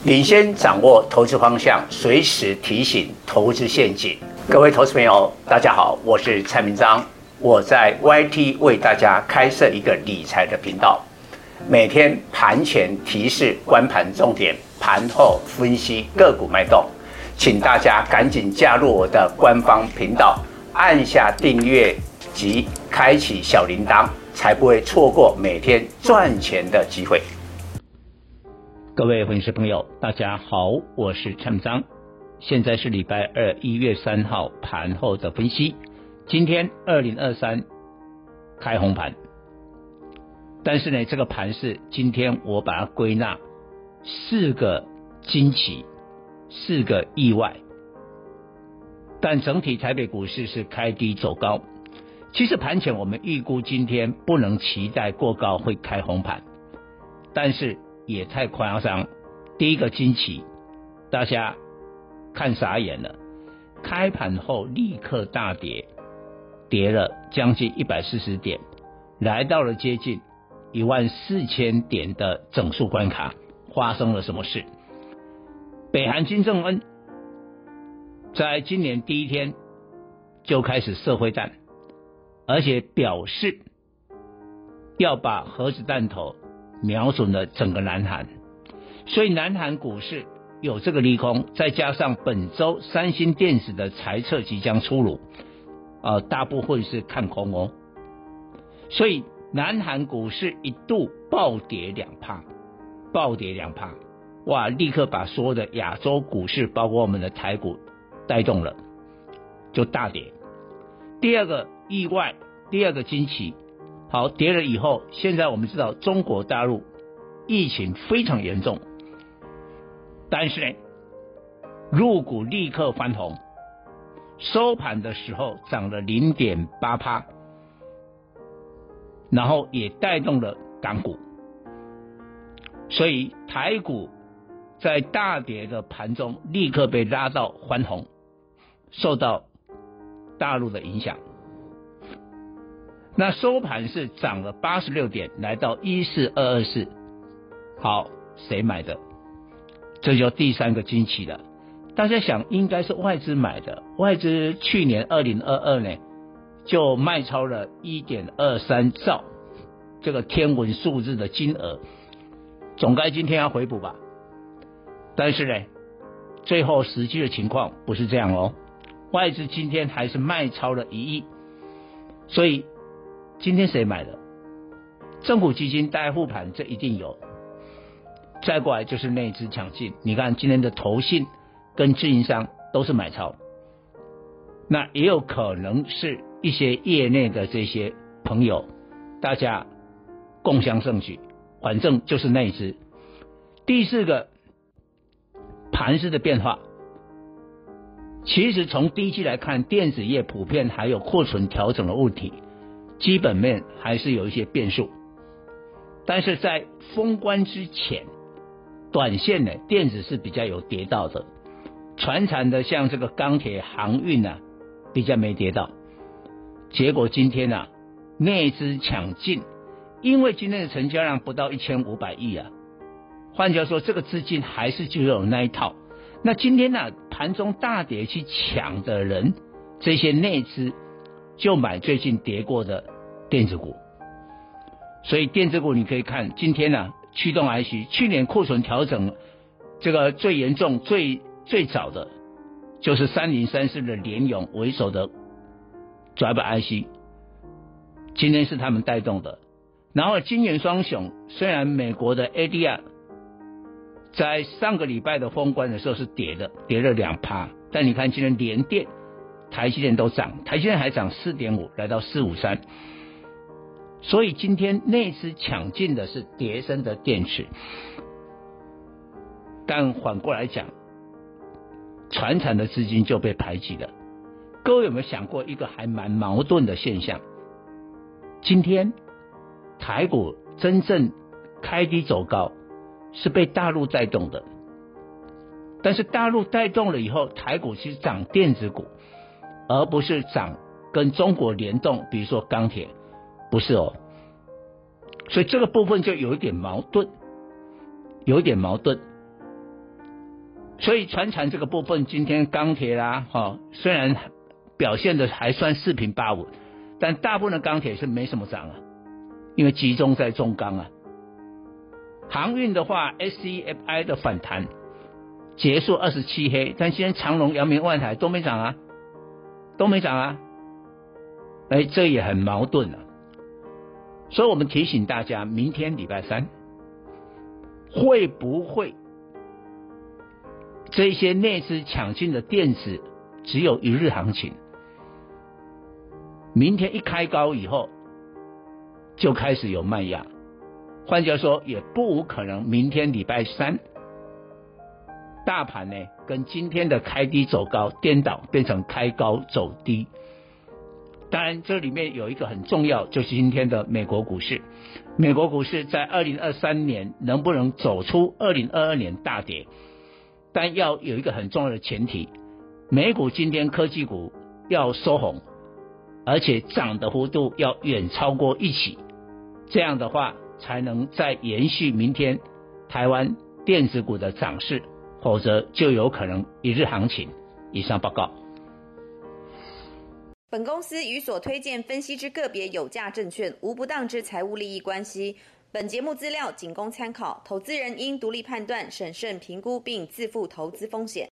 领先掌握投资方向，随时提醒投资陷阱。各位投资朋友，大家好，我是蔡明彰，我在 YT 为大家开设一个理财的频道，每天盘前提示观盘重点，盘后分析个股脉动，请大家赶紧加入我的官方频道，按下订阅及开启小铃铛，才不会错过每天赚钱的机会。 各位粉丝朋友，大家好，我是蔡明彰，现在是礼拜二1月3号盘后的分析。今天2023开红盘，但是呢，这个盘是今天我把它归纳4个惊奇，4个意外，但整体台北股市是开低走高。其实盘前我们预估今天不能期待过高会开红盘，但是也太夸张。第一个惊奇，大家看傻眼了，开盘后立刻大跌，跌了将近140点，来到了接近14000点的整数关卡。发生了什么事？北韩金正恩在今年第一天就开始射灰弹，而且表示要把核子弹头瞄准了整个南韩，所以南韩股市有这个利空，再加上本周三星电子的财测即将出炉，大部分是看空哦，所以南韩股市一度暴跌2%，哇，立刻把所有的亚洲股市，包括我们的台股带动了，就大跌。第二个意外，第二个惊奇，好，跌了以后，现在我们知道中国大陆疫情非常严重，但是呢，陆股立刻翻红，收盘的时候涨了 0.8%， 然后也带动了港股，所以台股在大跌的盘中立刻被拉到翻红，受到大陆的影响。那收盘是涨了86点，来到14224。好，谁买的？这就第三个惊奇了。大家想应该是外资买的，外资去年2022年就卖超了 1.23 兆，这个天文数字的金额，总该今天要回补吧。但是呢，最后实际的情况不是这样哦，外资今天还是卖超了1亿，所以今天谁买的？政府基金带护盘，这一定有。再过来就是内资抢进，你看今天的投信跟自营商都是买超，那也有可能是一些业内的这些朋友，大家共襄盛举，反正就是内资。第四个盘势的变化，其实从第一季来看，电子业普遍还有库存调整的问题，基本面还是有一些变数，但是在封关之前，短线呢电子是比较有跌到的，传产的像这个钢铁航运比较没跌到，结果今天内资抢进，因为今天的成交量不到1500亿换句话说，这个资金还是就有那一套。那今天盘中大跌去抢的人，这些内资就买最近跌过的电子股，所以电子股你可以看今天驱动 IC 去年库存调整这个最严重最早的就是3034的联咏为首的 Driver IC， 今天是他们带动的。然后晶圆双雄，虽然美国的 ADR 在上个礼拜的封关的时候是跌了 2%， 但你看今天联电、台积电都涨，台积电还涨 4.5 来到453，所以今天内资抢进的是跌升的电池，但反过来讲，传产的资金就被排挤了。各位有没有想过一个还蛮矛盾的现象？今天台股真正开低走高是被大陆带动的，但是大陆带动了以后，台股其实涨电子股，而不是涨跟中国联动，比如说钢铁，不是哦。所以这个部分就有一点矛盾， 所以传产这个部分，今天钢铁啦，虽然表现的还算四平八稳，但大部分的钢铁是没什么涨啊，因为集中在重钢啊。航运的话 ，SCFI 的反弹结束27黑，但现在长荣、阳明、万海都没涨啊，这也很矛盾啊。所以我们提醒大家，明天礼拜三会不会这些内资抢进的电子只有一日行情？明天一开高以后就开始有卖压，换句话说，也不无可能明天礼拜三大盘呢跟今天的开低走高颠倒，变成开高走低。当然这里面有一个很重要，就是今天的美国股市。美国股市在2023年能不能走出2022年大跌，但要有一个很重要的前提，美股今天科技股要收红，而且涨的幅度要远超过一起，这样的话才能再延续明天台湾电子股的涨势，否则就有可能一日行情。以上报告。 本公司与所推荐分析之个别有价证券无不当之财务利益关系。本节目资料仅供参考，投资人应独立判断、审慎评估并自负投资风险。